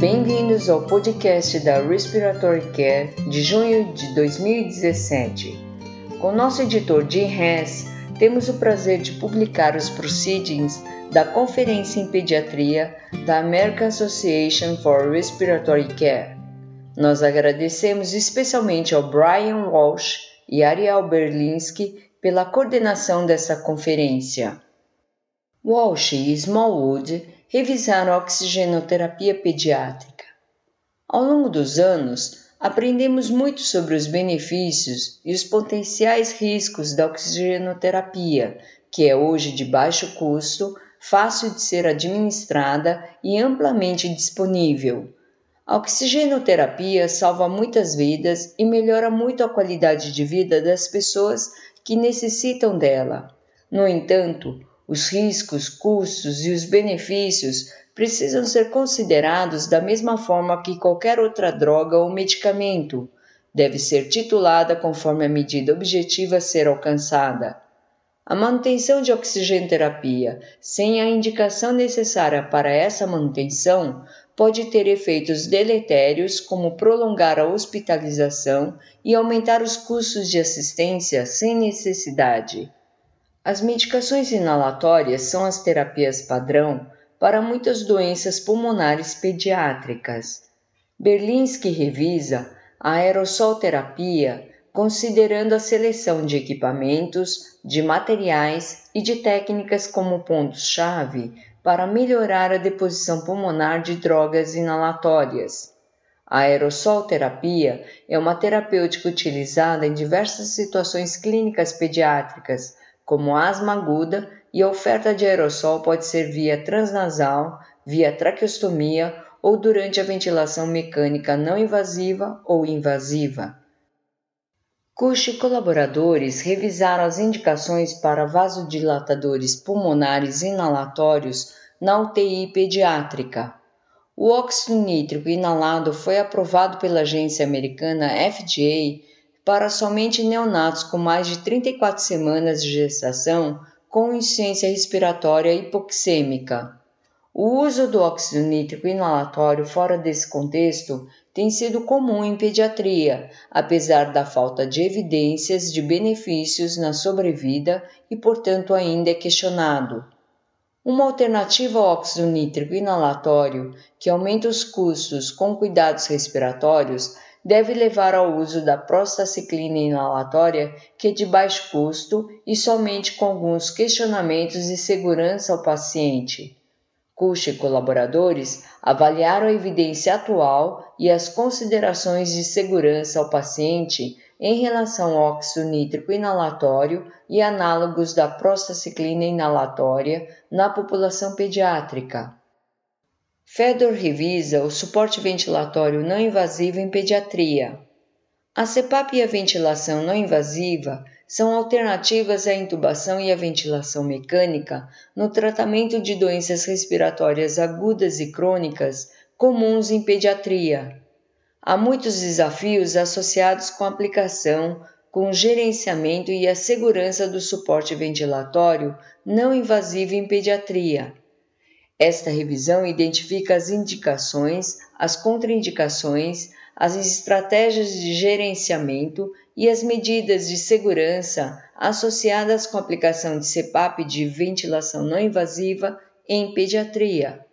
Bem-vindos ao podcast da Respiratory Care de junho de 2017. Com nosso editor Jim Hess, temos o prazer de publicar os proceedings da Conferência em Pediatria da American Association for Respiratory Care. Nós agradecemos especialmente ao Brian Walsh e Ariel Berlinski pela coordenação dessa conferência. Walsh e Smallwood revisaram a oxigenoterapia pediátrica. Ao longo dos anos, aprendemos muito sobre os benefícios e os potenciais riscos da oxigenoterapia, que é hoje de baixo custo, fácil de ser administrada e amplamente disponível. A oxigenoterapia salva muitas vidas e melhora muito a qualidade de vida das pessoas que necessitam dela. No entanto, os riscos, custos e os benefícios precisam ser considerados da mesma forma que qualquer outra droga ou medicamento. Deve ser titulada conforme a medida objetiva a ser alcançada. A manutenção de oxigenoterapia, sem a indicação necessária para essa manutenção, pode ter efeitos deletérios como prolongar a hospitalização e aumentar os custos de assistência sem necessidade. As medicações inalatórias são as terapias padrão para muitas doenças pulmonares pediátricas. Berlinski revisa a aerossolterapia considerando a seleção de equipamentos, de materiais e de técnicas como pontos-chave para melhorar a deposição pulmonar de drogas inalatórias. A aerossolterapia é uma terapêutica utilizada em diversas situações clínicas pediátricas, como asma aguda, e a oferta de aerossol pode ser via transnasal, via traqueostomia ou durante a ventilação mecânica não invasiva ou invasiva. Cush e colaboradores revisaram as indicações para vasodilatadores pulmonares inalatórios na UTI pediátrica. O óxido nítrico inalado foi aprovado pela agência americana FDA para somente neonatos com mais de 34 semanas de gestação com insuficiência respiratória hipoxêmica. O uso do óxido nítrico inalatório fora desse contexto tem sido comum em pediatria, apesar da falta de evidências de benefícios na sobrevida e, portanto, ainda é questionado. Uma alternativa ao óxido nítrico inalatório, que aumenta os custos com cuidados respiratórios, deve levar ao uso da prostaciclina inalatória, que é de baixo custo e somente com alguns questionamentos de segurança ao paciente. Cush e colaboradores avaliaram a evidência atual e as considerações de segurança ao paciente em relação ao óxido nítrico inalatório e análogos da prostaciclina inalatória na população pediátrica. Fedor revisa o suporte ventilatório não invasivo em pediatria. A CPAP e a ventilação não invasiva são alternativas à intubação e à ventilação mecânica no tratamento de doenças respiratórias agudas e crônicas comuns em pediatria. Há muitos desafios associados com a aplicação, com o gerenciamento e a segurança do suporte ventilatório não invasivo em pediatria. Esta revisão identifica as indicações, as contraindicações, as estratégias de gerenciamento e as medidas de segurança associadas com a aplicação de CPAP de ventilação não invasiva em pediatria.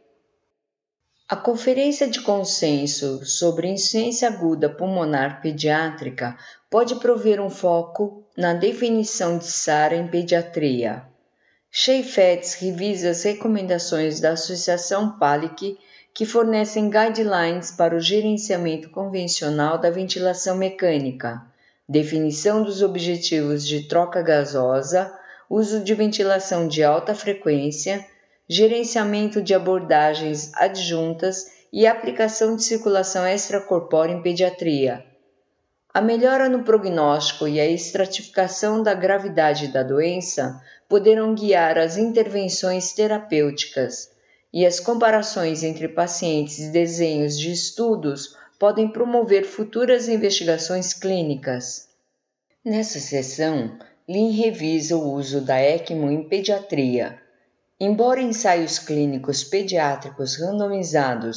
A Conferência de Consenso sobre Insuficiência Aguda Pulmonar Pediátrica pode prover um foco na definição de SARA em pediatria. Chaifetz revisa as recomendações da Associação PALIC que fornecem guidelines para o gerenciamento convencional da ventilação mecânica, definição dos objetivos de troca gasosa, uso de ventilação de alta frequência, gerenciamento de abordagens adjuntas e aplicação de circulação extracorpórea em pediatria. A melhora no prognóstico e a estratificação da gravidade da doença poderão guiar as intervenções terapêuticas, e as comparações entre pacientes e desenhos de estudos podem promover futuras investigações clínicas. Nessa sessão, Lin revisa o uso da ECMO em pediatria. Embora ensaios clínicos pediátricos randomizados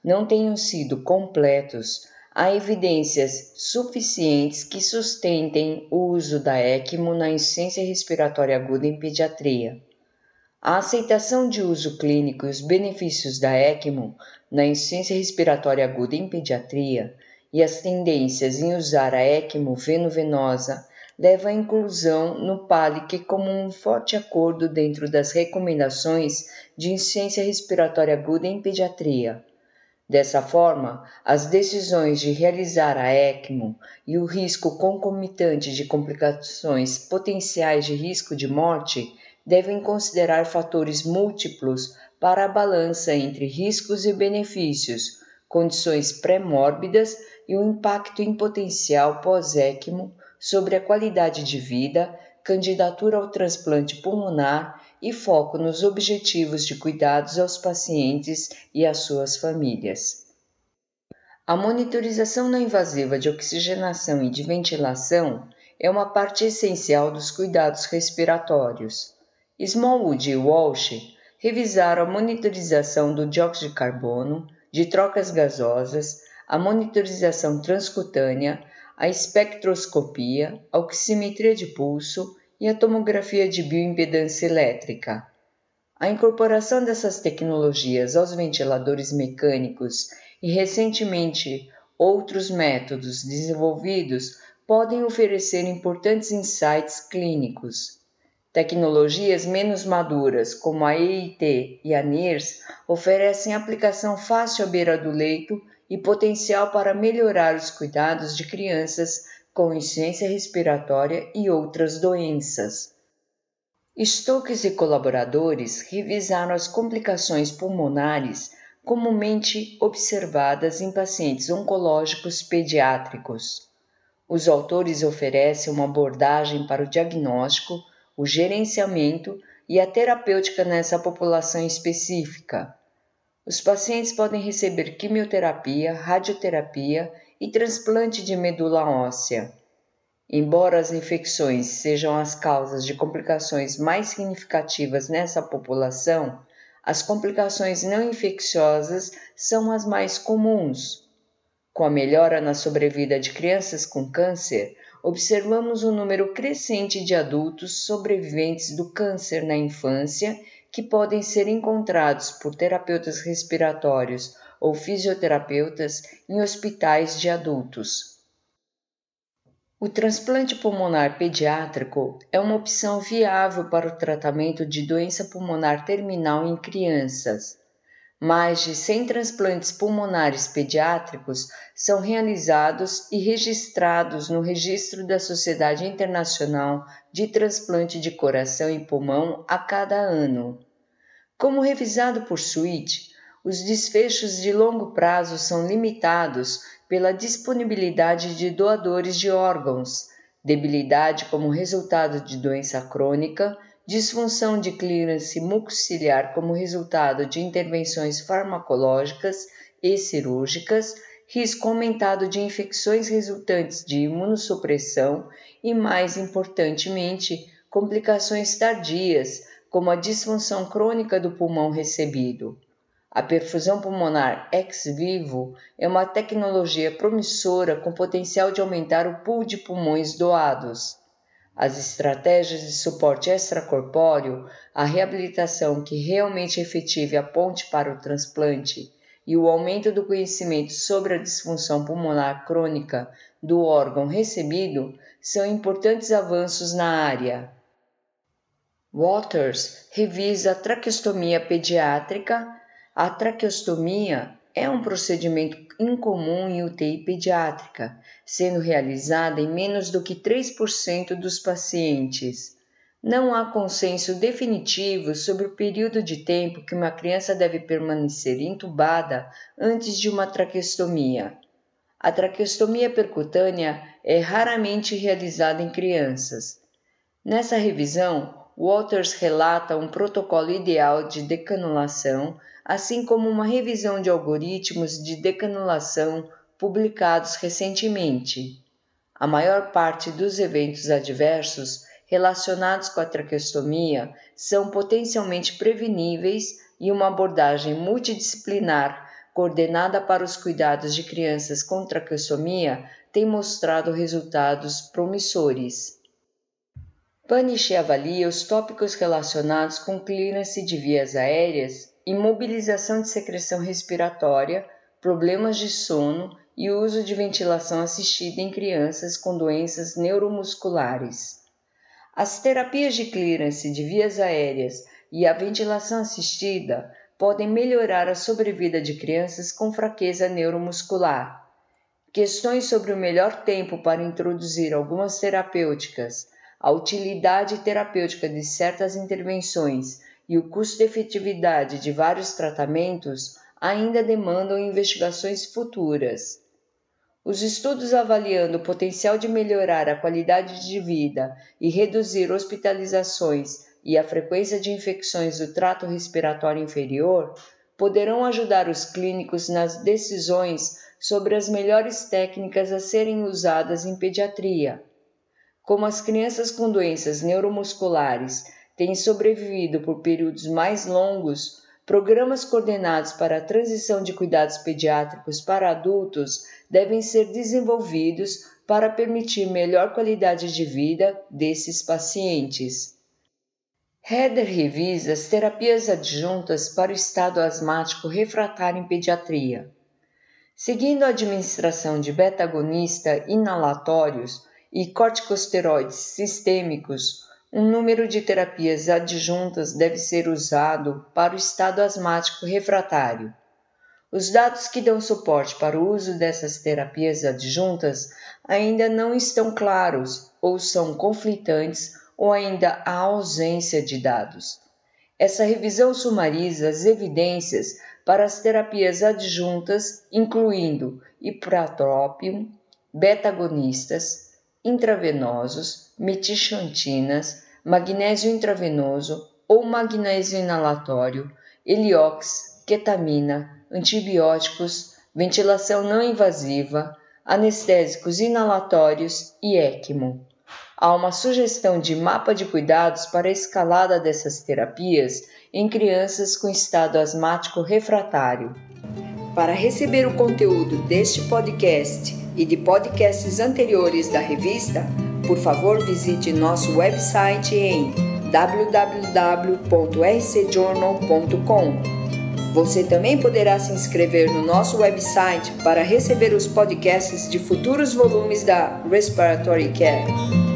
não tenham sido completos, há evidências suficientes que sustentem o uso da ECMO na insuficiência respiratória aguda em pediatria. A aceitação de uso clínico e os benefícios da ECMO na insuficiência respiratória aguda em pediatria e as tendências em usar a ECMO veno-venosa levam à inclusão no PALIC como um forte acordo dentro das recomendações de insuficiência respiratória aguda em pediatria. Dessa forma, as decisões de realizar a ECMO e o risco concomitante de complicações potenciais de risco de morte devem considerar fatores múltiplos para a balança entre riscos e benefícios, condições pré-mórbidas e o impacto em potencial pós-ECMO sobre a qualidade de vida, candidatura ao transplante pulmonar e foco nos objetivos de cuidados aos pacientes e às suas famílias. A monitorização não invasiva de oxigenação e de ventilação é uma parte essencial dos cuidados respiratórios. Smallwood e Walsh revisaram a monitorização do dióxido de carbono, de trocas gasosas, a monitorização transcutânea, a espectroscopia, a oximetria de pulso e a tomografia de bioimpedância elétrica. A incorporação dessas tecnologias aos ventiladores mecânicos e, recentemente, outros métodos desenvolvidos podem oferecer importantes insights clínicos. Tecnologias menos maduras, como a EIT e a NIRS, oferecem aplicação fácil à beira do leito e potencial para melhorar os cuidados de crianças com insuficiência respiratória e outras doenças. Stokes e colaboradores revisaram as complicações pulmonares comumente observadas em pacientes oncológicos pediátricos. Os autores oferecem uma abordagem para o diagnóstico, o gerenciamento e a terapêutica nessa população específica. Os pacientes podem receber quimioterapia, radioterapia e transplante de medula óssea. Embora as infecções sejam as causas de complicações mais significativas nessa população, as complicações não infecciosas são as mais comuns. Com a melhora na sobrevida de crianças com câncer, observamos um número crescente de adultos sobreviventes do câncer na infância que podem ser encontrados por terapeutas respiratórios ou fisioterapeutas em hospitais de adultos. O transplante pulmonar pediátrico é uma opção viável para o tratamento de doença pulmonar terminal em crianças. Mais de 100 transplantes pulmonares pediátricos são realizados e registrados no Registro da Sociedade Internacional de Transplante de Coração e Pulmão a cada ano. Como revisado por Sweet, os desfechos de longo prazo são limitados pela disponibilidade de doadores de órgãos, debilidade como resultado de doença crônica, disfunção de clearance mucociliar como resultado de intervenções farmacológicas e cirúrgicas, risco aumentado de infecções resultantes de imunossupressão e, mais importantemente, complicações tardias, como a disfunção crônica do pulmão recebido. A perfusão pulmonar ex vivo é uma tecnologia promissora com potencial de aumentar o pool de pulmões doados. As estratégias de suporte extracorpóreo, a reabilitação que realmente efetive a ponte para o transplante e o aumento do conhecimento sobre a disfunção pulmonar crônica do órgão recebido são importantes avanços na área. Waters revisa a traqueostomia pediátrica. A traqueostomia é um procedimento incomum em UTI pediátrica, sendo realizada em menos do que 3% dos pacientes. Não há consenso definitivo sobre o período de tempo que uma criança deve permanecer entubada antes de uma traqueostomia. A traqueostomia percutânea é raramente realizada em crianças. Nessa revisão, Waters relata um protocolo ideal de decanulação, assim como uma revisão de algoritmos de decanulação publicados recentemente. A maior parte dos eventos adversos relacionados com a traqueostomia são potencialmente preveníveis e uma abordagem multidisciplinar coordenada para os cuidados de crianças com traqueostomia, tem mostrado resultados promissores. Panishi avalia os tópicos relacionados com clearance de vias aéreas, imobilização de secreção respiratória, problemas de sono e uso de ventilação assistida em crianças com doenças neuromusculares. As terapias de clearance de vias aéreas e a ventilação assistida podem melhorar a sobrevida de crianças com fraqueza neuromuscular. Questões sobre o melhor tempo para introduzir algumas terapêuticas, a utilidade terapêutica de certas intervenções e o custo-efetividade de vários tratamentos ainda demandam investigações futuras. Os estudos avaliando o potencial de melhorar a qualidade de vida e reduzir hospitalizações e a frequência de infecções do trato respiratório inferior poderão ajudar os clínicos nas decisões sobre as melhores técnicas a serem usadas em pediatria. Como as crianças com doenças neuromusculares têm sobrevivido por períodos mais longos, programas coordenados para a transição de cuidados pediátricos para adultos devem ser desenvolvidos para permitir melhor qualidade de vida desses pacientes. Heather revisa as terapias adjuntas para o estado asmático refratário em pediatria. Seguindo a administração de beta-agonista inalatórios e corticosteroides sistêmicos, um número de terapias adjuntas deve ser usado para o estado asmático refratário. Os dados que dão suporte para o uso dessas terapias adjuntas ainda não estão claros ou são conflitantes ou ainda há ausência de dados. Essa revisão sumariza as evidências para as terapias adjuntas, incluindo ipratropium, beta-agonistas, intravenosos, metilxantinas, magnésio intravenoso ou magnésio inalatório, heliox, ketamina, antibióticos, ventilação não invasiva, anestésicos inalatórios e ECMO. Há uma sugestão de mapa de cuidados para a escalada dessas terapias em crianças com estado asmático refratário. Para receber o conteúdo deste podcast e de podcasts anteriores da revista, por favor visite nosso website em www.rcjournal.com. Você também poderá se inscrever no nosso website para receber os podcasts de futuros volumes da Respiratory Care.